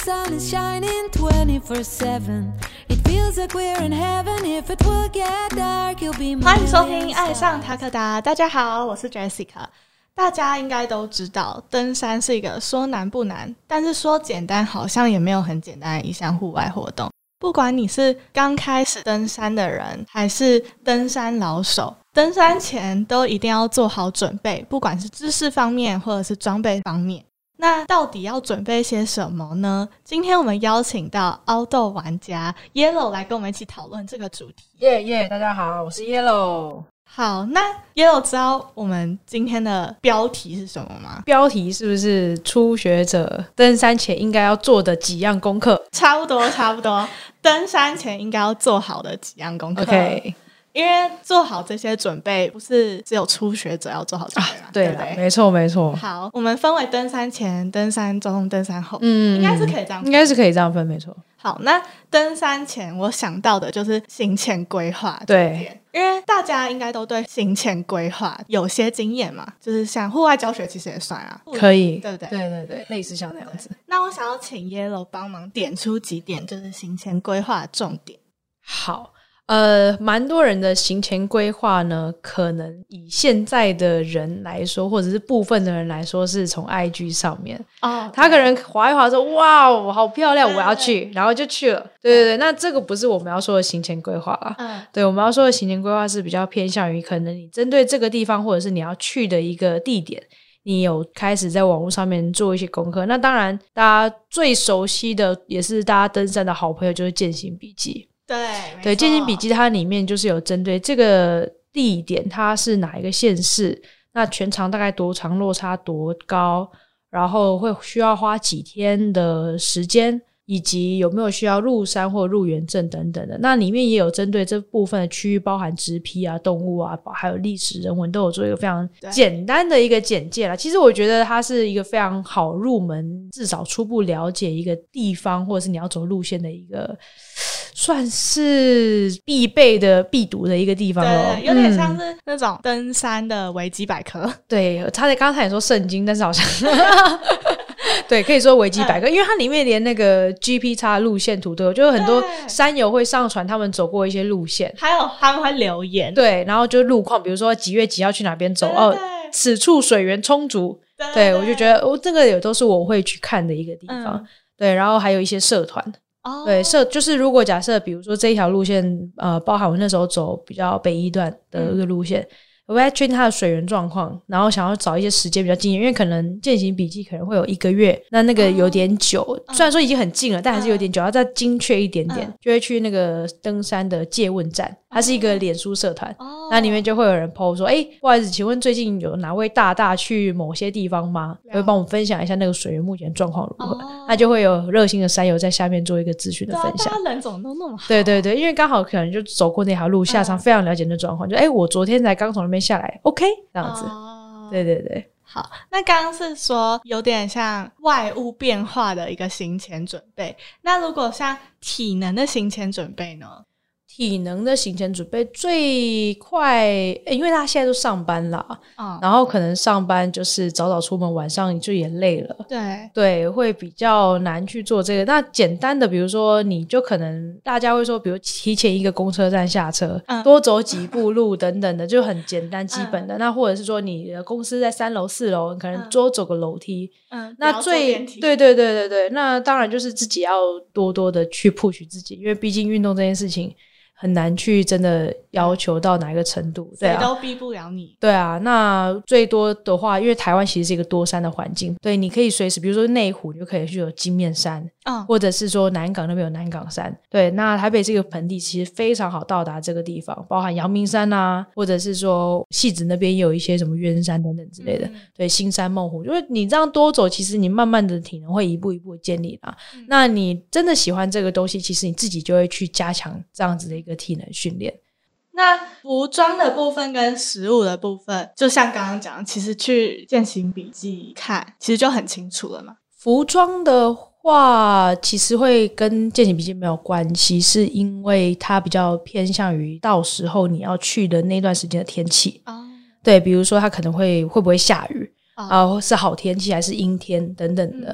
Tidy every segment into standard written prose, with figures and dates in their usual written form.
sun is shining 24/7. It feels like we're in heaven. If it will get dark, you'll be my 欢迎收听爱上塔克达，大家好，我是 Jessica。大家应该都知道，登山是一个说难不难，但是说简单好像也没有很简单的一项户外活动。不管你是刚开始登山的人，还是登山老手，登山前都一定要做好准备，不管是知识方面或者是装备方面。那到底要准备些什么呢？今天我们邀请到凹豆玩家 Yellow 来跟我们一起讨论这个主题。 耶，大家好，我是 Yellow。 好，那 Yellow 知道我们今天的标题是什么吗？ 标题是不是初学者登山前应该要做的几样功课？ 差不多。登山前应该要做好的几样功课。 OK， 因为做好这些准备，不是只有初学者要做好准备嘛？ 对了，没错。 好，我们分为登山前、登山中、登山后，应该是可以这样分， 应该是可以这样分，没错。 好，那登山前我想到的就是行前规划。 对， 因为大家应该都对行前规划有些经验嘛，就是像户外教学其实也算啊， 可以， 对不对？ 对，类似像那样子。 那我想要请 Yellow 帮忙点出几点，就是行前规划的重点。 好，蛮多人的行前规划呢，可能以现在的人来说，或者是部分的人来说，是从 IG 上面他可能滑一滑说哇好漂亮，我要去，然后就去了。对，那这个不是我们要说的行前规划啦。对，我们要说的行前规划是比较偏向于可能你针对这个地方或者是你要去的一个地点，你有开始在网络上面做一些功课。那当然大家最熟悉的也是大家登山的好朋友，就是健行笔记。对，健行笔记它里面就是有针对这个地点它是哪一个县市，那全长大概多长，落差多高，然后会需要花几天的时间，以及有没有需要入山或入园证等等的。那里面也有针对这部分的区域，包含植被啊、动物啊，还有历史人文，都有做一个非常简单的一个简介啦。其实我觉得它是一个非常好入门，至少初步了解一个地方或者是你要走路线的一个算是必备的必读的一个地方咯。 对，有点像是那种登山的维基百科。 对，刚才也说圣经，但是好像对，可以说维基百科，因为它里面连那个 GP 路线图都有，就有很多山友会上传他们走过一些路线， 还有他们会留言， 对，然后就路况，比如说几月几号去哪边走，此处水源充足，对，我就觉得这个也都是我会去看的一个地方。对，然后还有一些社团。对，就是如果假设比如说这一条路线包含我那时候走比较北一段的一个路线，我在确定它的水源状况，然后想要找一些时间比较近，因为可能健行笔记可能会有1个月，那个有点久，虽然说已经很近了，但还是有点久，要再精确一点点，就会去那个登山的借问站，它是一个脸书社团，那里面就会有人 po 说不好意思，请问最近有哪位大去某些地方吗？会帮我们分享一下那个水源目前状况如何，那就会有热心的山友在下面做一个资讯的分享。 大家人怎么都那么好。 对，因为刚好可能就走过那条路，下场非常了解那状况，就我昨天才刚从那边下来 OK 这样子。对。 好，那刚刚是说有点像外物变化的一个行前准备，那如果像体能的行前准备呢？ 体能的行前准备最快因为他现在都上班啦，然后可能上班就是早出门，晚上就也累了，对，会比较难去做这个。那简单的比如说你就可能大家会说比如提前1个公车站下车，多走几步路等等的，就很简单基本的。那或者是说你的公司在3楼4楼，你可能多走个楼梯，那对，那当然就是自己要多的去 push 自己，因为毕竟运动这件事情很难去真的要求到哪一个程度， 谁都逼不了你。 对啊，那最多的话，因为台湾其实是一个多山的环境，对，你可以随时比如说内湖你就可以去有金面山，或者是说南港那边有南港山。对，那台北这个盆地其实非常好到达这个地方，包含阳明山啊，或者是说汐止那边也有一些什么鸢山等等之类的。对，新山梦湖，因为你这样多走，其实你慢慢的体能会一步一步建立啦。那你真的喜欢这个东西，其实你自己就会去加强这样子的一个体能训练。 那服装的部分跟食物的部分，就像刚刚讲，其实去健行笔记看其实就很清楚了嘛。 服装的话其实会跟健行笔记没有关系，是因为它比较偏向于到时候你要去的那段时间的天气。对，比如说它可能会不会下雨是好天气还是阴天等等的。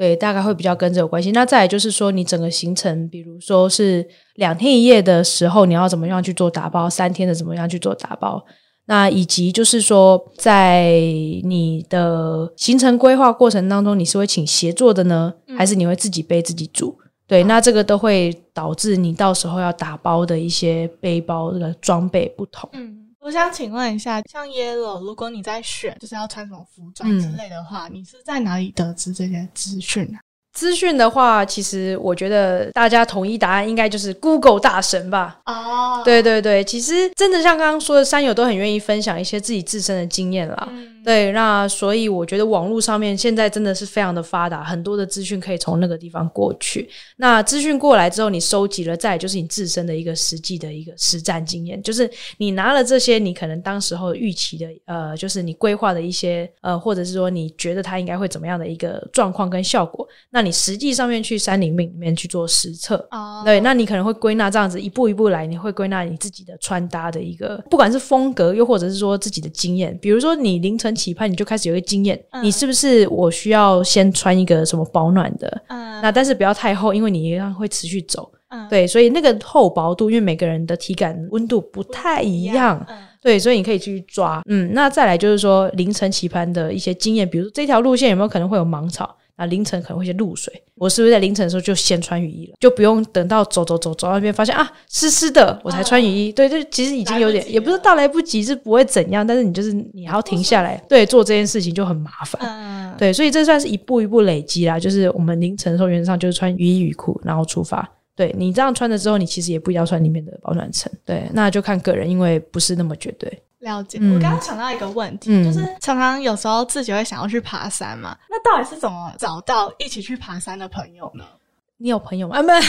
对，大概会比较跟这有关系。那再来就是说你整个行程，比如说是2天1夜的时候你要怎么样去做打包，3天的怎么样去做打包，那以及就是说在你的行程规划过程当中你是会请协作的呢，还是你会自己背自己煮，对，那这个都会导致你到时候要打包的一些背包的装备不同。 我想请问一下，像 Yellow 如果你在选就是要穿什么服装之类的话，你是在哪里得知这些资讯啊？ 资讯的话，其实我觉得大家统一答案应该就是 Google 大神吧。对对对，其实真的像刚刚说的，山友都很愿意分享一些自己自身的经验啦。对，那所以我觉得网络上面现在真的是非常的发达，很多的资讯可以从那个地方过去。那资讯过来之后，你收集了，再来就是你自身的一个实际的一个实战经验，就是你拿了这些你可能当时候预期的就是你规划的一些或者是说你觉得它应该会怎么样的一个状况跟效果，那你实际上面去山里面去做实测。对，那你可能会归纳这样子一步一步来，你会归纳你自己的穿搭的一个不管是风格又或者是说自己的经验，比如说你凌晨起拍你就开始有一个经验，你是不是我需要先穿一个什么保暖的，那但是不要太厚，因为你一样会持续走。对，所以那个厚薄度因为每个人的体感温度不太一样，对，所以你可以去抓。那再来就是说凌晨起盘的一些经验，比如说这条路线有没有可能会有芒草，那凌晨可能会一些露水，我是不是在凌晨的时候就先穿雨衣了，就不用等到走到那边发现湿湿的我才穿雨衣。对，就其实已经有点也不是到来不及，是不会怎样，但是你就是你还要停下来，对，做这件事情就很麻烦。对，所以这算是一步一步累积啦，就是我们凌晨的时候原则上就是穿雨衣雨裤然后出发。对，你这样穿了之后你其实也不一定要穿里面的保暖层，对，那就看个人，因为不是那么绝对。 了解。我刚刚想到一个问题，就是常常有时候自己会想要去爬山嘛，那到底是怎么找到一起去爬山的朋友呢？ 你有朋友吗？喂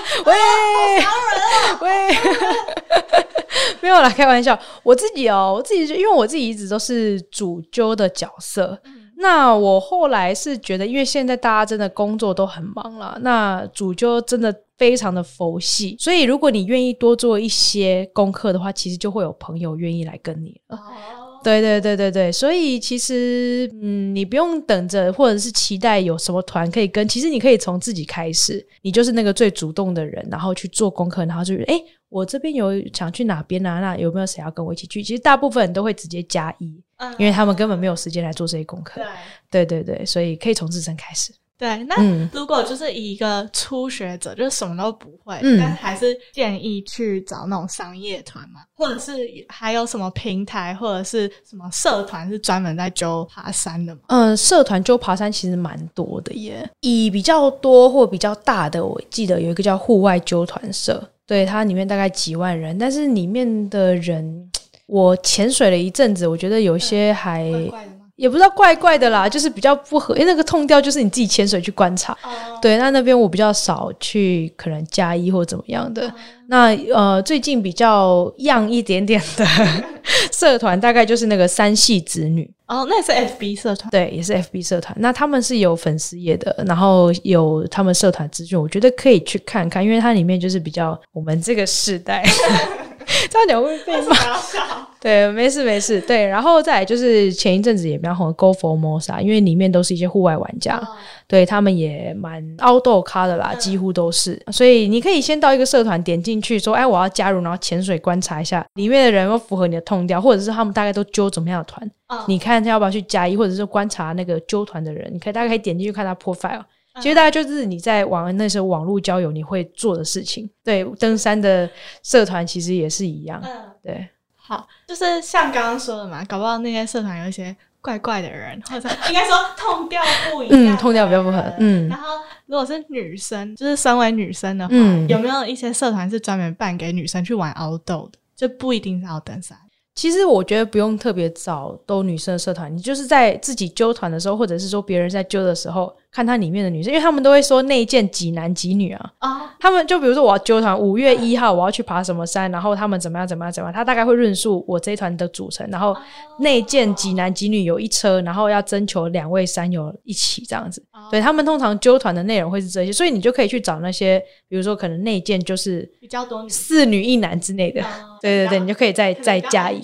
喂没有啦，开玩笑。我自己因为我自己一直都是主揪的角色，那我后来是觉得因为现在大家真的工作都很忙啦，那主揪真的非常的佛系，所以如果你愿意多做一些功课的话，其实就会有朋友愿意来跟你了。对对对对对，所以其实你不用等着或者是期待有什么团可以跟，其实你可以从自己开始，你就是那个最主动的人，然后去做功课，然后就我这边有想去哪边啊，那有没有谁要跟我一起去？其实大部分人都会直接加1，因为他们根本没有时间来做这些功课。对对对，所以可以从自身开始。 对，那如果就是以一个初学者，就是什么都不会，但还是建议去找那种商业团嘛，或者是还有什么平台或者是什么社团是专门在揪爬山的吗？ 社团揪爬山其实蛮多的耶，以比较多或比较大的，我记得有一个叫户外揪团社，对，它里面大概几万人，但是里面的人我潜水了一阵子，我觉得有些还怪怪的吗？ 也不知道怪怪的啦，就是比较不合，因为那个痛调就是你自己潜水去观察。对，那边我比较少去可能加1或怎么样的。那最近比较样一点点的社团大概就是那个山系子女。 那也是 FB 社团。 对，也是 FB 社团。那他们是有粉丝页的，然后有他们社团资讯，我觉得可以去看看，因为它里面就是比较我们这个世代这样讲会被骂。对，没事。对，然后再来就是前一阵子也比较红的 Go Formosa， 因为里面都是一些户外玩家，对，他们也蛮 outdoor 咖的啦，几乎都是。所以你可以先到一个社团点进去说我要加入，然后潜水观察一下里面的人有符合你的痛调，或者是他们大概都揪怎么样的团，你看要不要去加1，或者是观察那个揪团的人，你大概可以点进去看他 profile。其实大概就是你在那时候网络交友你会做的事情。对，登山的社团其实也是一样。对， 好，就是像刚刚说的嘛，搞不好那些社团有一些怪怪的人，或者应该说痛调不一样， 痛调比较不合。 然后如果是女生，就是身为女生的话，有没有一些社团是专门办给女生去玩 outdoor 的，就不一定是要登山？ 其实我觉得不用特别找都女生的社团，你就是在自己揪团的时候，或者是说别人在揪的时候，看他里面的女生，因为他们都会说内建几男几女啊。他们就比如说我要揪团5月1号我要去爬什么山，然后他们怎么样，他大概会论述我这一团的组成，然后内建几男几女有一车，然后要征求2位山友一起这样子。对，他们通常揪团的内容会是这些，所以你就可以去找那些比如说可能内建就是比较多女 4女1男之类的。对对对，你就可以再加1。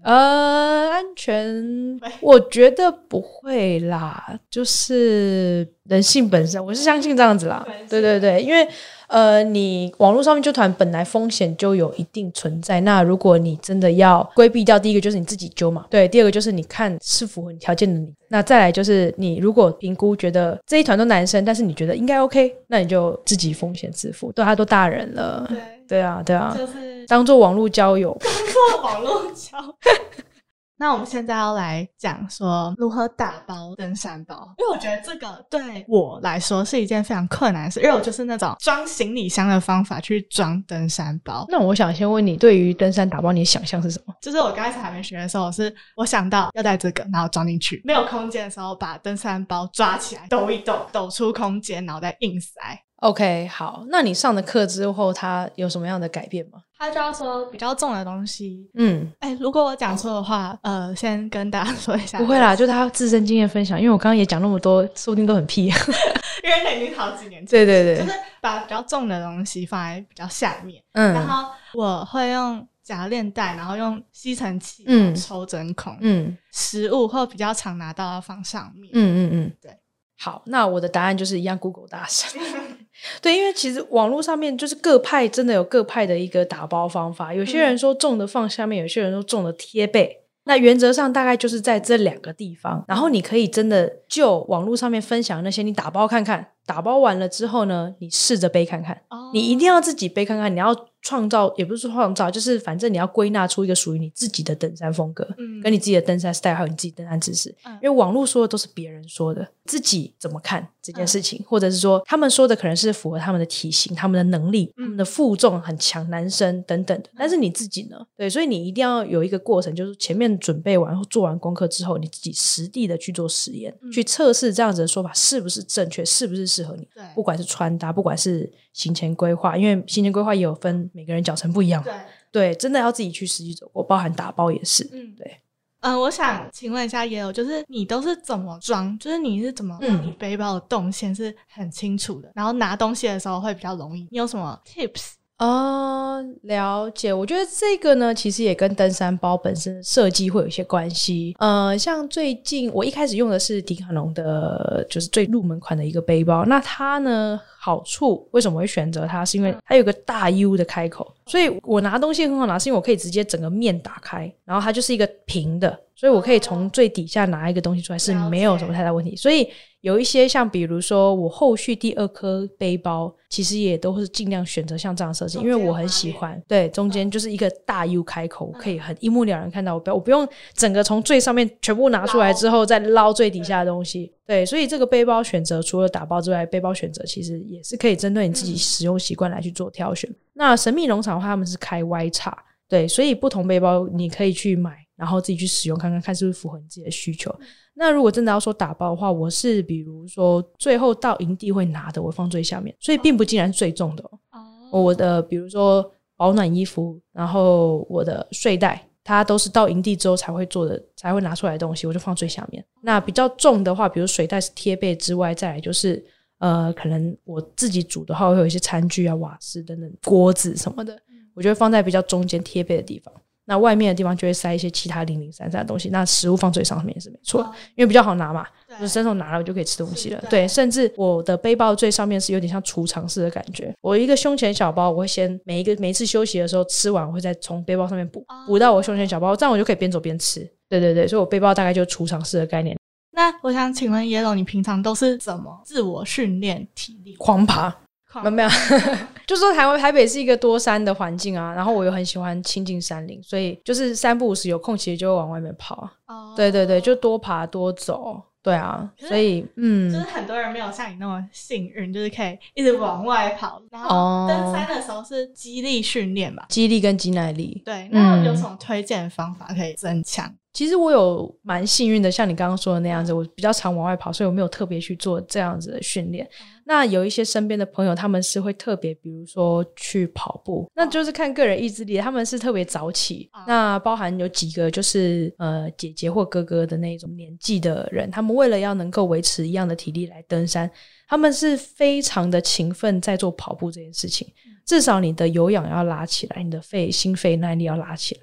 安全我觉得不会啦，就是人性本身，我是相信这样子啦。对对对，因为你网络上面就团本来风险就有一定存在，那如果你真的要规避掉，第一个就是你自己揪嘛，对，第二个就是你看是符合你条件的你，那再来就是你如果评估觉得这一团都男生，但是你觉得应该 OK， 那你就自己风险自负，对，他都大人了，对啊对啊，就是当做网络交友， 当做网络交友。那我们现在要来讲说如何打包登山包，因为我觉得这个对我来说是一件非常困难的事，因为我就是那种装行李箱的方法去装登山包。 那我想先问你，对于登山打包你的想象是什么？ 就是我刚开始还没学的时候，我想到要带这个然后装进去，没有空间的时候把登山包抓起来抖一抖，抖出空间然后再硬塞。 OK， 好，那你上的课之后它有什么样的改变吗？ 他就要说比较重的东西，如果我讲错的话先跟大家说一下。 不会啦，就他自身经验分享，因为我刚刚也讲那么多说不定都很屁。 因为那已经好几年前， 对对对， 就是把比较重的东西放在比较下面，然后我会用夹链袋，然后用吸尘器抽真空，食物或比较常拿到要放上面，对。 好，那我的答案就是一样 Google 大神。对，因为其实网络上面就是各派真的有各派的一个打包方法，有些人说重的放下面，有些人说重的贴背，那原则上大概就是在这两个地方，然后你可以真的就网络上面分享那些你打包看看，打包完了之后呢你试着背看看，你一定要自己背看看，你要创造，也不是说创造，就是反正你要归纳出一个属于你自己的登山风格，跟你自己的登山 style 还有你自己登山知识，因为网络说的都是别人说的，自己怎么看这件事情，或者是说他们说的可能是符合他们的体型，他们的能力，他们的负重很强，男生等等的，但是你自己呢？对，所以你一定要有一个过程，就是前面准备完做完功课之后，你自己实地的去做实验，去测试这样子的说法是不是正确，是不是适合你，不管是穿搭，不管是行前规划，因为行前规划也有分每个人脚程不一样，对，真的要自己去实际走过，包含打包也是，对。 我想请问一下也有，就是你都是怎么装，就是你是怎么让你背包的动线是很清楚的，然后拿东西的时候会比较容易，你有什么 tips？ 了解，我觉得这个呢其实也跟登山包本身设计会有一些关系。像最近我一开始用的是迪卡侬的就是最入门款的一个背包，那它呢好处为什么会选择它，是因为它有个大 U 的开口，所以我拿东西很好拿，是因为我可以直接整个面打开，然后它就是一个平的，所以我可以从最底下拿一个东西出来是没有什么太大问题。所以有一些像比如说我后续第二颗背包其实也都是尽量选择像这样的设计，因为我很喜欢，对，中间就是一个大 U 开口，我可以很一目了然看到，我不用整个从最上面全部拿出来之后再捞最底下的东西，对，所以这个背包选择除了打包之外，背包选择其实也是可以针对你自己使用习惯来去做挑选。那神秘农场的话他们是开 Y 叉，对，所以不同背包你可以去买，然后自己去使用看看，看是不是符合你自己的需求。那如果真的要说打包的话，我是比如说最后到营地会拿的我放最下面，所以并不尽然是最重的我的比如说保暖衣服，然后我的睡袋，它都是到营地之后才会做的，才会拿出来的东西，我就放最下面。那比较重的话，比如水袋是贴背之外，再来就是可能我自己煮的话会有一些餐具啊、瓦斯等等锅子什么的，我就会放在比较中间贴背的地方。那外面的地方就会塞一些其他零零散散的东西，那食物放最上面也是没错，因为比较好拿嘛，就伸手拿了我就可以吃东西了。对，甚至我的背包最上面是有点像储藏室的感觉，我一个胸前小包我会先每一次休息的时候吃完，我会再从背包上面补到我胸前小包，这样我就可以边走边吃。对对对，所以我背包大概就是储藏室的概念。 那我想请问Yellow，你平常都是怎么自我训练体力？ 狂爬。没有就说台北是一个多山的环境啊，然后我又很喜欢亲近山林，所以就是三不五时有空其实就会往外面跑对对对，就多爬多走，对啊，所以就是很多人没有像你那么幸运，就是可以一直往外跑，然后登山的时候是肌力训练吧， 肌力跟肌耐力， 对，那有什么推荐的方法可以增强？ 其实我有蛮幸运的，像你刚刚说的那样子，我比较常往外跑，所以我没有特别去做这样子的训练。那有一些身边的朋友他们是会特别比如说去跑步，那就是看个人意志力，他们是特别早起那包含有几个就是姐姐或哥哥的那种年纪的人，他们为了要能够维持一样的体力来登山，他们是非常的勤奋在做跑步这件事情，至少你的有氧要拉起来，你的心肺耐力要拉起来，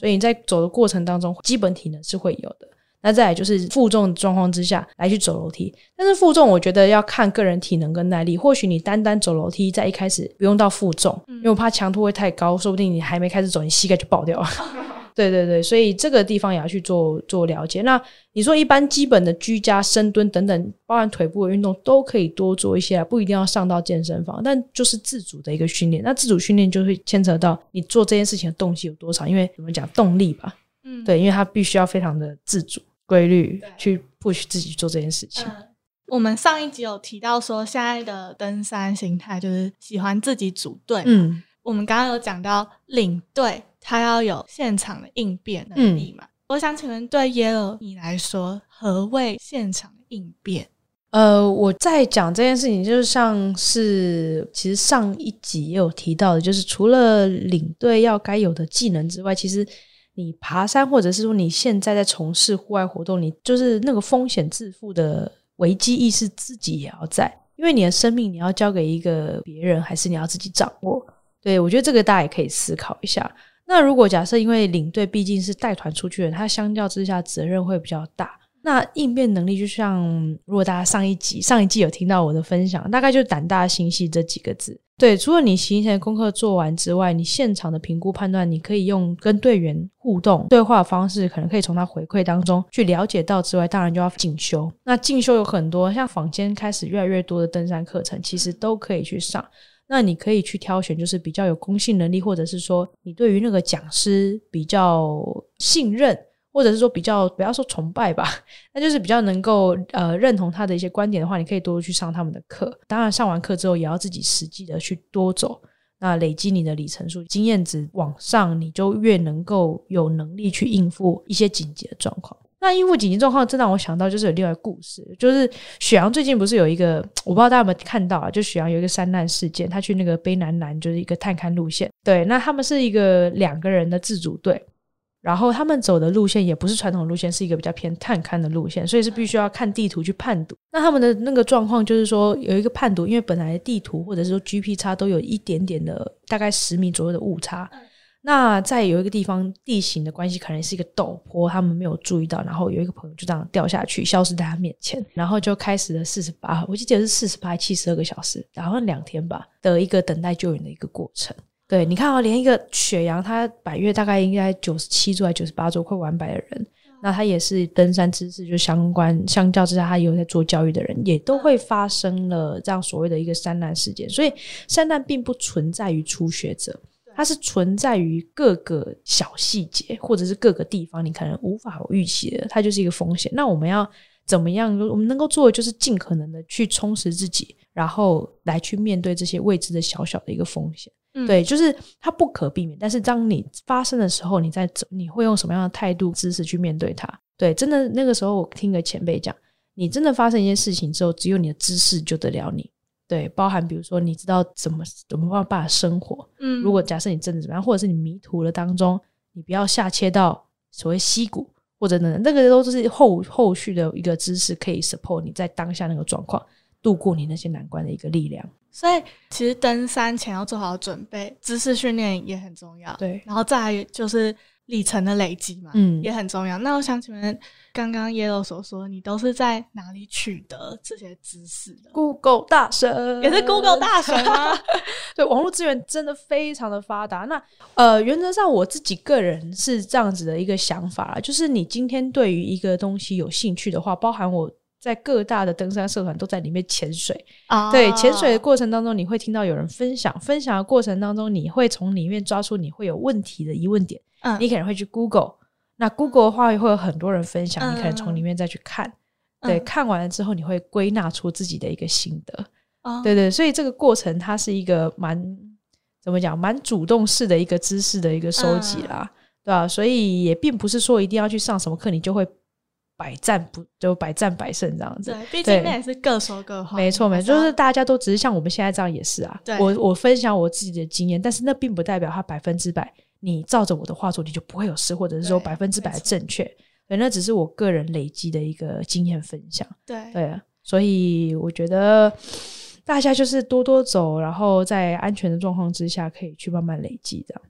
所以你在走的过程当中基本体能是会有的。那再来就是负重状况之下来去走楼梯，但是负重我觉得要看个人体能跟耐力，或许你单单走楼梯在一开始不用到负重，因为我怕强度会太高，说不定你还没开始走你膝盖就爆掉了对对对，所以这个地方也要去做了解。那你说一般基本的居家深蹲等等包含腿部的运动都可以多做一些，不一定要上到健身房，但就是自主的一个训练。那自主训练就会牵扯到你做这件事情的动机有多少，因为怎么讲动力吧，对，因为它必须要非常的自主规律去 push 自己做这件事情。 我们上一集有提到说现在的登山形态就是喜欢自己组队，我们刚刚有讲到领队他要有现场的应变能力嘛，我想请问对 Yellow 你来说何谓现场的应变？ 我在讲这件事情就像是其实上一集也有提到的，就是除了领队要该有的技能之外，其实你爬山或者是说你现在在从事户外活动，你就是那个风险自负的危机意识自己也要在，因为你的生命你要交给一个别人还是你要自己掌握。对，我觉得这个大家也可以思考一下。那如果假设因为领队毕竟是带团出去的人，他相较之下责任会比较大，那应变能力就像如果大家上一季有听到我的分享，大概就胆大心细这几个字。对，除了你行前功课做完之外，你现场的评估判断你可以用跟队员互动对话的方式，可能可以从他回馈当中去了解到之外，当然就要进修。那进修有很多，像坊间开始越来越多的登山课程其实都可以去上，那你可以去挑选就是比较有公信能力，或者是说你对于那个讲师比较信任，或者是说比较不要说崇拜吧，那就是比较能够认同他的一些观点的话，你可以多去上他们的课。当然上完课之后也要自己实际的去多走，那累积你的里程数，经验值往上，你就越能够有能力去应付一些紧急的状况。那应付紧急状况真让我想到就是有另外一个故事，就是许阳最近不是有一个我不知道大家有没有看到啊，就许阳有一个山难事件，他去那个卑南南就是一个探勘路线，对，那他们是一个2个人的自主队，然后他们走的路线也不是传统路线，是一个比较偏探勘的路线，所以是必须要看地图去判读。那他们的那个状况就是说有一个判读，因为本来地图或者是说 GP 差都有一点点的大概10米左右的误差，那在有一个地方地形的关系可能是一个陡坡，他们没有注意到，然后有一个朋友就这样掉下去消失在他面前，然后就开始了48我记得是48 72个小时，然后2天吧的一个等待救援的一个过程。对，你看连一个雪阳他百岳大概应该97周还98周快完百的人，那他也是登山知识就相较之下他也有在做教育的人，也都会发生了这样所谓的一个山难事件。所以山难并不存在于初学者，它是存在于各个小细节或者是各个地方你可能无法预期的，它就是一个风险。那我们要怎么样，我们能够做的就是尽可能的去充实自己，然后来去面对这些未知的小小的一个风险。对，就是它不可避免，但是当你发生的时候你会用什么样的态度姿势去面对它。对，真的那个时候我听个前辈讲，你真的发生一件事情之后，只有你的知识救得了你。对，包含比如说你知道怎么办法生活，如果假设你真的怎么样，或者是你迷途了当中，你不要下切到所谓溪谷或者那个都是后续的一个知识，可以 support 你在当下那个状况度过你那些难关的一个力量。 所以其实登山前要做好准备，知识训练也很重要， 对， 然后再来就是里程的累积嘛，也很重要。那我想请问刚刚 Yellow 所说你都是在哪里取得这些知识的？ Google 大神， 也是 Google 大神吗？ 对，网络资源真的非常的发达。那原则上我自己个人是这样子的一个想法啦，就是你今天对于一个东西有兴趣的话，包含我在各大的登山社团都在里面潜水，对，潜水的过程当中你会听到有人分享的过程当中，你会从里面抓出你会有问题的疑问点，你可能会去 Google， 那 Google 的话会有很多人分享，你可能从里面再去看，对，看完了之后你会归纳出自己的一个心得，对对，所以这个过程它是一个怎么讲蛮主动式的一个知识的一个收集啦，对吧？所以也并不是说一定要去上什么课你就会百战百胜这样子， 对，毕竟那也是各说各话， 没错没错，就是大家都只是像我们现在这样也是啊，我分享我自己的经验，但是那并不代表它100%你照着我的话做你就不会有事，或者是说100%的正确，对，那只是我个人累积的一个经验分享，对啊，所以我觉得大家就是多多走，然后在安全的状况之下可以去慢慢累积这样。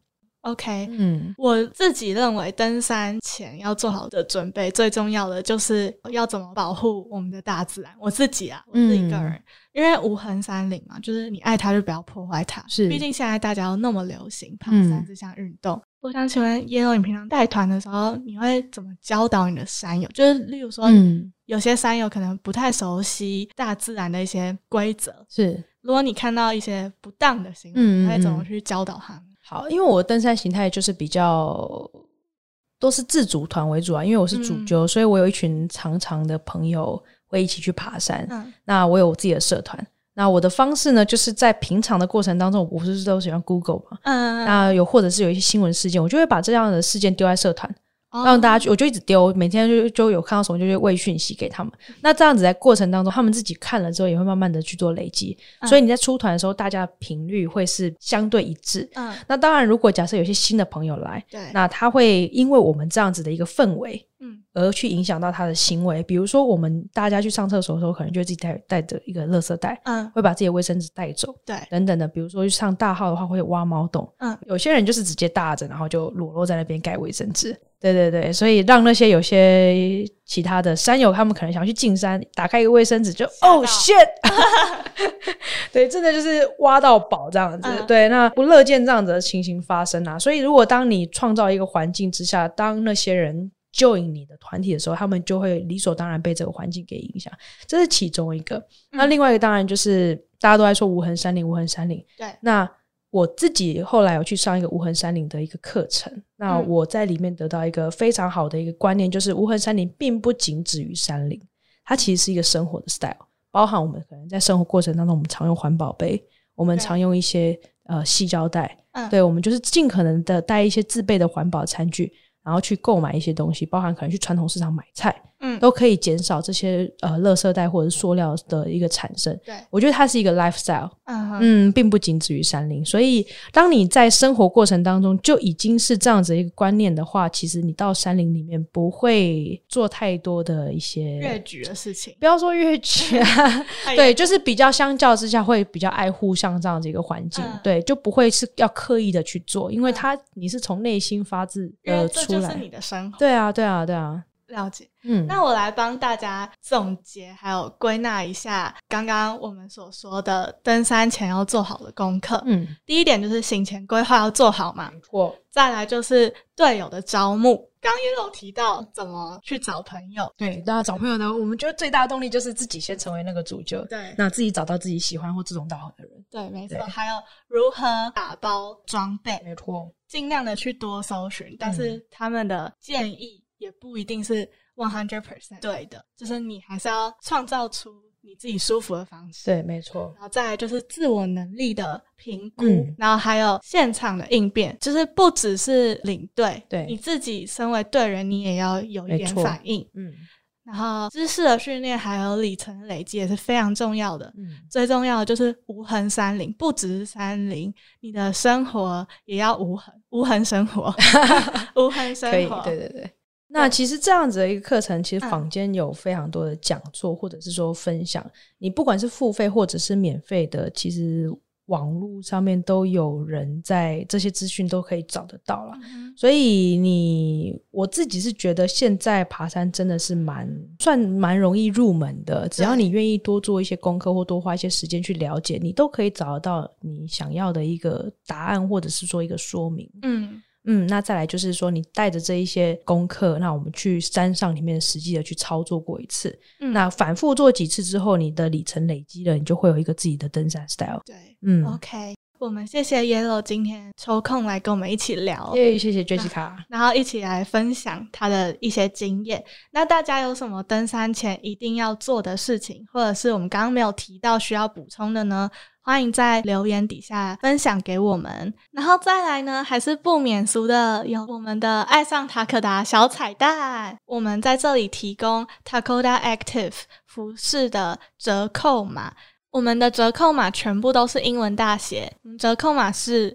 OK， 我自己认为登山前要做好的准备，最重要的就是要怎么保护我们的大自然。我自己一个人，因为无痕山林嘛，就是你爱它就不要破坏它。是，毕竟现在大家都那么流行爬山这项运动。我想请问Yellow，你平常带团的时候，你会怎么教导你的山友？就是例如说，有些山友可能不太熟悉大自然的一些规则，是，如果你看到一些不当的行为，你会怎么去教导他们？ 好，因为我登山形态就是比较都是自主团为主啊，因为我是主揪，所以我有一群常的朋友会一起去爬山。那我有我自己的社团，那我的方式呢，就是在平常的过程当中，我不是都喜欢 Google 嘛，那或者是有一些新闻事件，我就会把这样的事件丢在社团。让大家我就一直丢，每天就有看到什么就会喂讯息给他们。那这样子在过程当中，他们自己看了之后也会慢慢的去做累积，所以你在出团的时候，大家的频率会是相对一致。那当然，如果假设有些新的朋友来，那他会因为我们这样子的一个氛围，而去影响到他的行为。比如说，我们大家去上厕所的时候，可能就会自己带着一个垃圾袋，会把自己的卫生纸带走，对，等等的。比如说去上大号的话，会挖猫洞，有些人就是直接搭着，然后就裸露在那边盖卫生纸。对对对，所以让那些有些其他的山友，他们可能想去进山，打开一个卫生纸就oh shit 对，真的就是挖到宝这样子。对，那不乐见这样子的情形发生啊。所以如果当你创造一个环境之下，当那些人join你的团体的时候，他们就会理所当然被这个环境给影响，这是其中一个。那另外一个当然就是大家都在说无痕山林，无痕山林。对，那我自己后来有去上一个无痕山林的一个课程，那我在里面得到一个非常好的一个观念，就是无痕山林并不仅止于山林，它其实是一个生活的 style， 包含我们可能在生活过程当中，我们常用环保杯，我们常用一些矽胶带，对，我们就是尽可能的带一些自备的环保餐具，然后去购买一些东西，包含可能去传统市场买菜，都可以减少这些垃圾袋或者是塑料的一个产生。对，我觉得它是一个 lifestyle，并不仅止于山林。所以当你在生活过程当中就已经是这样子一个观念的话，其实你到山林里面不会做太多的一些越矩的事情， 不要说越矩啊对，就是比较相较之下会比较爱护像这样子一个环境，对，就不会是要刻意的去做，因为你是从内心发自出来， 这就是你的生活。 对啊对啊对啊， 了解。那我来帮大家总结还有归纳一下刚刚我们所说的登山前要做好的功课。第一点就是行前规划要做好嘛，没错。再来就是队友的招募，刚刚也有提到怎么去找朋友。 对，大家找朋友呢，我们觉得最大的动力就是自己先成为那个主角，对，那自己找到自己喜欢或志同道合的人。 对，没错。还有如何打包装备，没错，尽量的去多搜寻，但是他们的建议也不一定是100% 对的，就是你还是要创造出你自己舒服的方式。对，没错。然后再来就是自我能力的评估，然后还有现场的应变，就是不只是领队，对，你自己身为队员，你也要有一点反应。然后知识的训练还有里程累积也是非常重要的。最重要的就是无痕山林，不只是山林，你的生活也要无痕生活无痕生活，可以，对对对。那其实这样子的一个课程，其实坊间有非常多的讲座或者是说分享，你不管是付费或者是免费的，其实网络上面都有人在这些资讯都可以找得到啦。所以我自己是觉得现在爬山真的是算蛮容易入门的，只要你愿意多做一些功课或多花一些时间去了解，你都可以找得到你想要的一个答案或者是说一个说明。那再来就是说你带着这一些功课，那我们去山上里面实际的去操作过一次，那反复做几次之后，你的里程累积了，你就会有一个自己的登山 style。 对，OK， 我们谢谢 Yellow 今天抽空来跟我们一起聊，谢谢 Jessica， 然后一起来分享他的一些经验。那大家有什么登山前一定要做的事情，或者是我们刚刚没有提到需要补充的呢？欢迎在留言底下分享给我们。然后再来呢，还是不免俗的有我们的爱上塔可达小彩蛋，我们在这里提供 Takoda Active 服饰的折扣码，我们的折扣码全部都是英文大写，折扣码是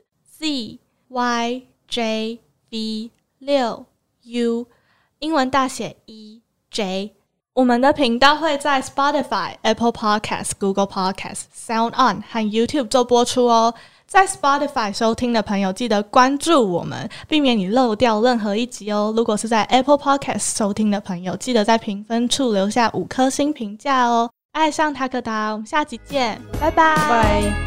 ZYJV6U， 英文大写 EJ。我们的频道会在 Spotify、Apple Podcast、Google Podcast、SoundOn 和 YouTube 做播出哦。 在 Spotify 收听的朋友记得关注我们，避免你漏掉任何一集哦。如果是在 Apple Podcast 收听的朋友，记得在评分处留下5颗星评价哦。爱上塔可达，我们下集见，拜拜。 拜。